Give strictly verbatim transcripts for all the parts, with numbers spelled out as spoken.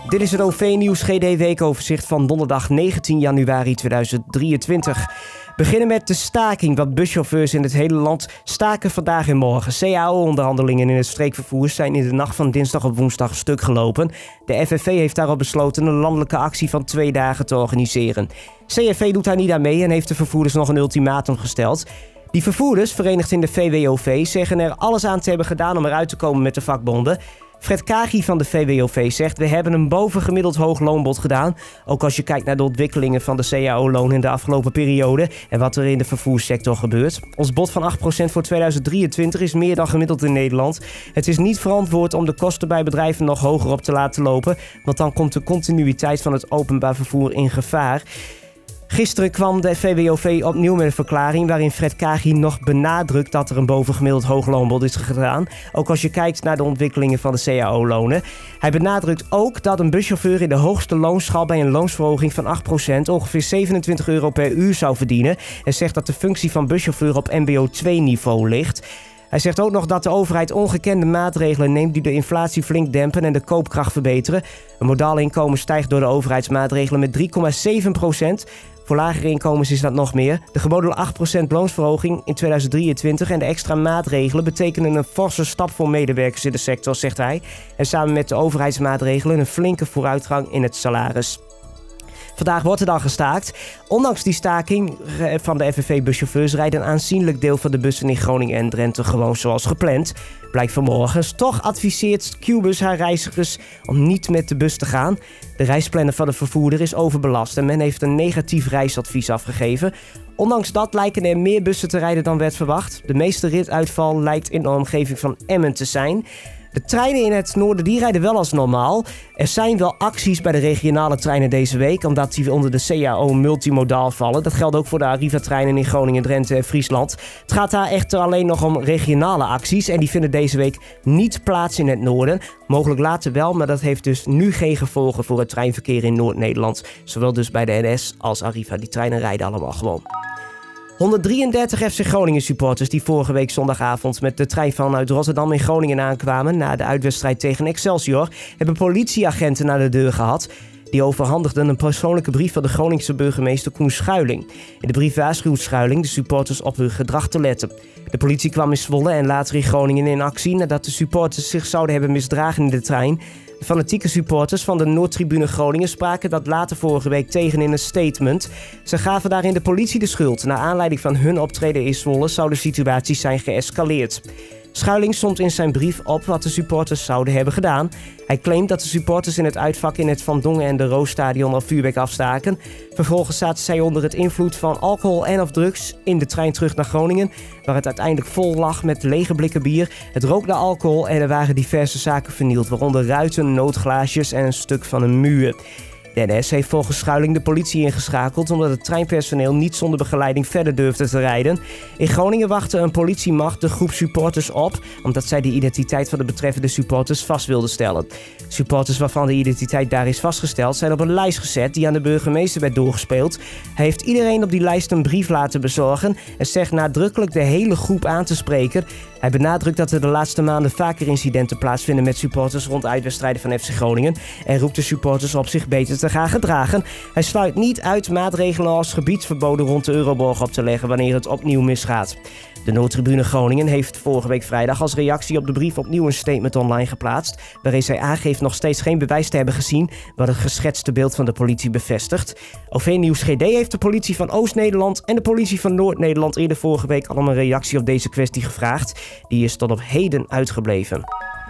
Dit is het O V-nieuws G D-weekoverzicht van donderdag negentien januari tweeduizend drieëntwintig. We beginnen met de staking, want buschauffeurs in het hele land staken vandaag en morgen. C A O-onderhandelingen in het streekvervoer zijn in de nacht van dinsdag op woensdag stuk gelopen. De F N V heeft daarop besloten een landelijke actie van twee dagen te organiseren. C N V doet daar niet aan mee en heeft de vervoerders nog een ultimatum gesteld. Die vervoerders, verenigd in de V W O V, zeggen er alles aan te hebben gedaan om eruit te komen met de vakbonden. Fred Kagi van de V W O V zegt: we hebben een bovengemiddeld hoog loonbod gedaan. Ook als je kijkt naar de ontwikkelingen van de C A O-loon in de afgelopen periode en wat er in de vervoerssector gebeurt. Ons bod van acht procent voor tweeduizend drieëntwintig is meer dan gemiddeld in Nederland. Het is niet verantwoord om de kosten bij bedrijven nog hoger op te laten lopen, want dan komt de continuïteit van het openbaar vervoer in gevaar. Gisteren kwam de V W O V opnieuw met een verklaring waarin Fred Kagi nog benadrukt dat er een bovengemiddeld hoog loonbod is gedaan. Ook als je kijkt naar de ontwikkelingen van de C A O-lonen. Hij benadrukt ook dat een buschauffeur in de hoogste loonschaal bij een loonsverhoging van acht procent ongeveer zevenentwintig euro per uur zou verdienen. En zegt dat de functie van buschauffeur op M B O twee niveau ligt. Hij zegt ook nog dat de overheid ongekende maatregelen neemt die de inflatie flink dempen en de koopkracht verbeteren. Een modaal inkomen stijgt door de overheidsmaatregelen met drie komma zeven procent. Voor lagere inkomens is dat nog meer. De geboden acht procent loonsverhoging in tweeduizend drieëntwintig en de extra maatregelen betekenen een forse stap voor medewerkers in de sector, zegt hij. En samen met de overheidsmaatregelen een flinke vooruitgang in het salaris. Vandaag wordt er dan gestaakt. Ondanks die staking van de F N V-buschauffeurs rijdt een aanzienlijk deel van de bussen in Groningen en Drenthe gewoon zoals gepland. Blijkt vanmorgen. Toch adviseert Qbus haar reizigers om niet met de bus te gaan. De reisplanner van de vervoerder is overbelast en men heeft een negatief reisadvies afgegeven. Ondanks dat lijken er meer bussen te rijden dan werd verwacht. De meeste rituitval lijkt in de omgeving van Emmen te zijn. De treinen in het noorden die rijden wel als normaal. Er zijn wel acties bij de regionale treinen deze week, omdat die onder de C A O multimodaal vallen. Dat geldt ook voor de Arriva-treinen in Groningen, Drenthe en Friesland. Het gaat daar echter alleen nog om regionale acties en die vinden deze week niet plaats in het noorden. Mogelijk later wel, maar dat heeft dus nu geen gevolgen voor het treinverkeer in Noord-Nederland. Zowel dus bij de N S als Arriva, die treinen rijden allemaal gewoon. honderddrieëndertig F C Groningen supporters die vorige week zondagavond met de trein vanuit Rotterdam in Groningen aankwamen na de uitwedstrijd tegen Excelsior, hebben politieagenten naar de deur gehad. Die overhandigden een persoonlijke brief van de Groningse burgemeester Koen Schuiling. In de brief waarschuwt Schuiling de supporters op hun gedrag te letten. De politie kwam in Zwolle en later in Groningen in actie nadat de supporters zich zouden hebben misdragen in de trein. De fanatieke supporters van de Noordtribune Groningen spraken dat later vorige week tegen in een statement. Ze gaven daarin de politie de schuld. Naar aanleiding van hun optreden in Zwolle zou de situatie zijn geëscaleerd. Schuiling stond in zijn brief op wat de supporters zouden hebben gedaan. Hij claimt dat de supporters in het uitvak in het Van Dongen en de Roosstadion al vuurwerk afstaken. Vervolgens zaten zij onder het invloed van alcohol en of drugs in de trein terug naar Groningen, waar het uiteindelijk vol lag met lege blikken bier. Het rook naar alcohol en er waren diverse zaken vernield, waaronder ruiten, nootglaasjes en een stuk van een muur. De N S heeft volgens Schuiling de politie ingeschakeld omdat het treinpersoneel niet zonder begeleiding verder durfde te rijden. In Groningen wachtte een politiemacht de groep supporters op, omdat zij de identiteit van de betreffende supporters vast wilden stellen. Supporters waarvan de identiteit daar is vastgesteld zijn op een lijst gezet die aan de burgemeester werd doorgespeeld. Hij heeft iedereen op die lijst een brief laten bezorgen en zegt nadrukkelijk de hele groep aan te spreken. Hij benadrukt dat er de laatste maanden vaker incidenten plaatsvinden met supporters rond uitwedstrijden van F C Groningen en roept de supporters op zich beter te gaan gedragen. Hij sluit niet uit maatregelen als gebiedsverboden rond de Euroborg op te leggen wanneer het opnieuw misgaat. De Noordtribune Groningen heeft vorige week vrijdag als reactie op de brief opnieuw een statement online geplaatst, waarin zij aangeeft nog steeds geen bewijs te hebben gezien wat het geschetste beeld van de politie bevestigt. O V-nieuws G D heeft de politie van Oost-Nederland en de politie van Noord-Nederland eerder vorige week al om een reactie op deze kwestie gevraagd. Die is tot op heden uitgebleven.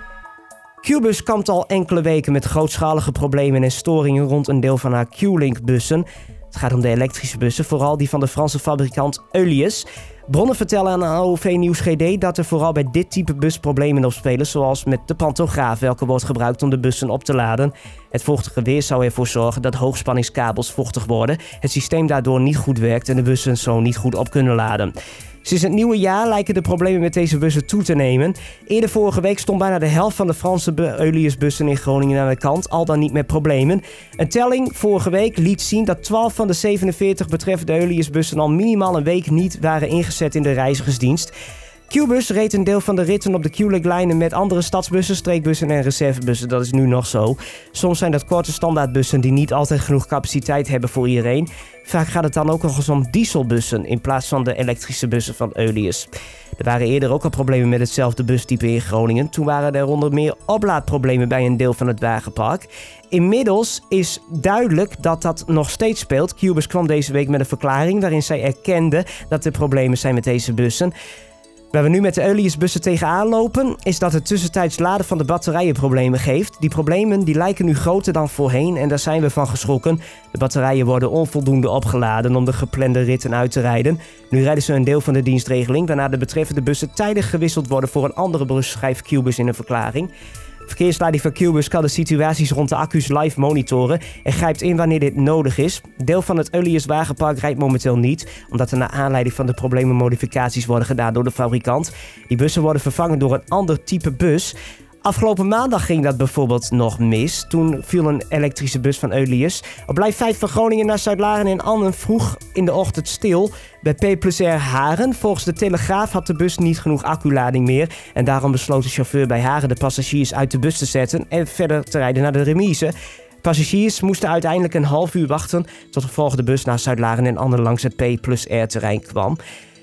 Qbus kampt al enkele weken met grootschalige problemen en storingen rond een deel van haar Q-Link-bussen. Het gaat om de elektrische bussen, vooral die van de Franse fabrikant Eulius. Bronnen vertellen aan O V-nieuws G D dat er vooral bij dit type bus problemen opspelen, zoals met de pantograaf, welke wordt gebruikt om de bussen op te laden. Het vochtige weer zou ervoor zorgen dat hoogspanningskabels vochtig worden, het systeem daardoor niet goed werkt en de bussen zo niet goed op kunnen laden. Sinds het nieuwe jaar lijken de problemen met deze bussen toe te nemen. Eerder vorige week stond bijna de helft van de Franse Eulius-bussen in Groningen aan de kant, al dan niet met problemen. Een telling vorige week liet zien dat twaalf van de zevenenveertig betreffende Eulius-bussen al minimaal een week niet waren ingezet in de reizigersdienst. Qbus reed een deel van de ritten op de Q-Link-lijnen met andere stadsbussen, streekbussen en reservebussen. Dat is nu nog zo. Soms zijn dat korte standaardbussen die niet altijd genoeg capaciteit hebben voor iedereen. Vaak gaat het dan ook nog eens om dieselbussen in plaats van de elektrische bussen van Eulius. Er waren eerder ook al problemen met hetzelfde bustype in Groningen. Toen waren er onder meer oplaadproblemen bij een deel van het wagenpark. Inmiddels is duidelijk dat dat nog steeds speelt. Qbus kwam deze week met een verklaring waarin zij erkende dat er problemen zijn met deze bussen. Waar we nu met de Eulius-bussen tegenaan lopen, is dat het tussentijds laden van de batterijen problemen geeft. Die problemen die lijken nu groter dan voorheen en daar zijn we van geschrokken. De batterijen worden onvoldoende opgeladen om de geplande ritten uit te rijden. Nu rijden ze een deel van de dienstregeling, waarna de betreffende bussen tijdig gewisseld worden voor een andere bus, schrijft Qbus in een verklaring. Verkeersleiding van Qbus kan de situaties rond de accu's live monitoren en grijpt in wanneer dit nodig is. Deel van het Eulius wagenpark rijdt momenteel niet, omdat er naar aanleiding van de problemen modificaties worden gedaan door de fabrikant. Die bussen worden vervangen door een ander type bus. Afgelopen maandag ging dat bijvoorbeeld nog mis. Toen viel een elektrische bus van Eulius op lijn vijf van Groningen naar Zuidlaren en Annen vroeg in de ochtend stil bij P plus R Haren. Volgens de Telegraaf had de bus niet genoeg acculading meer en daarom besloot de chauffeur bij Haren de passagiers uit de bus te zetten en verder te rijden naar de remise. Passagiers moesten uiteindelijk een half uur wachten tot de volgende bus naar Zuidlaren en Annen langs het P plus R terrein kwam.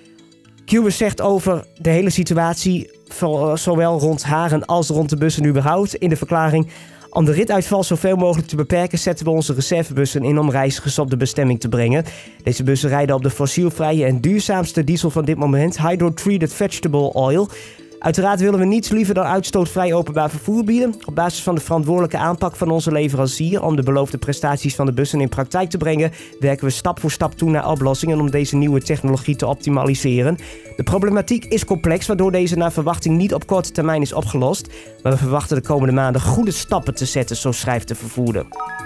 Qbus zegt over de hele situatie, zowel rond Haren als rond de bussen überhaupt, in de verklaring: om de rituitval zoveel mogelijk te beperken zetten we onze reservebussen in om reizigers op de bestemming te brengen. Deze bussen rijden op de fossielvrije en duurzaamste diesel van dit moment, hydro-treated vegetable oil. Uiteraard willen we niets liever dan uitstootvrij openbaar vervoer bieden. Op basis van de verantwoordelijke aanpak van onze leverancier om de beloofde prestaties van de bussen in praktijk te brengen, werken we stap voor stap toe naar oplossingen om deze nieuwe technologie te optimaliseren. De problematiek is complex, waardoor deze naar verwachting niet op korte termijn is opgelost. Maar we verwachten de komende maanden goede stappen te zetten, zo schrijft de vervoerder.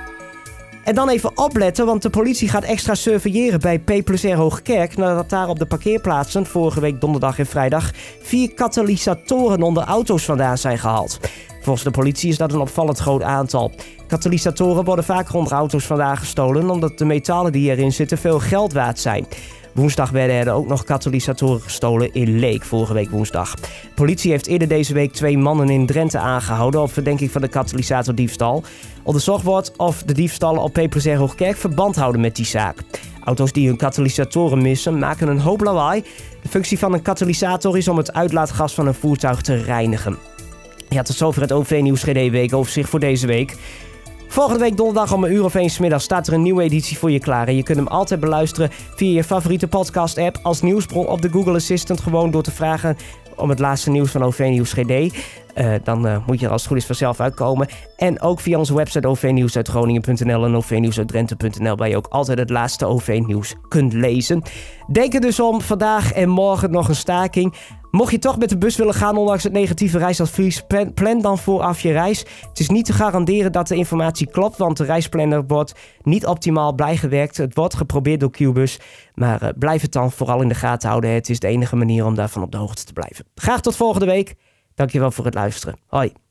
En dan even opletten, want de politie gaat extra surveilleren bij P plus R Hoogkerk nadat daar op de parkeerplaatsen vorige week donderdag en vrijdag vier katalysatoren onder auto's vandaan zijn gehaald. Volgens de politie is dat een opvallend groot aantal. Katalysatoren worden vaker onder auto's vandaan gestolen omdat de metalen die erin zitten veel geld waard zijn. Woensdag werden er ook nog katalysatoren gestolen in Leek, vorige week woensdag. De politie heeft eerder deze week twee mannen in Drenthe aangehouden op verdenking van de katalysatordiefstal. Onderzocht wordt of de diefstallen op P plus R Hoogkerk verband houden met die zaak. Auto's die hun katalysatoren missen maken een hoop lawaai. De functie van een katalysator is om het uitlaatgas van een voertuig te reinigen. Ja, tot zover het O V-nieuws G D-weekoverzicht voor deze week. Volgende week donderdag om een uur of één 's middags staat er een nieuwe editie voor je klaar. En je kunt hem altijd beluisteren via je favoriete podcast-app als nieuwsbron op de Google Assistant. Gewoon door te vragen om het laatste nieuws van O V-nieuws G D. Uh, dan uh, moet je er als het goed is vanzelf uitkomen. En ook via onze website o v nieuws uit groningen punt n l en o v nieuws uit drenthe punt n l, waar je ook altijd het laatste O V-nieuws kunt lezen. Denk er dus om, vandaag en morgen nog een staking. Mocht je toch met de bus willen gaan, ondanks het negatieve reisadvies, plan dan vooraf je reis. Het is niet te garanderen dat de informatie klopt, want de reisplanner wordt niet optimaal bijgewerkt. Het wordt geprobeerd door Qbus, maar uh, blijf het dan vooral in de gaten houden. Het is de enige manier om daarvan op de hoogte te blijven. Graag tot volgende week. Dankjewel voor het luisteren. Hoi.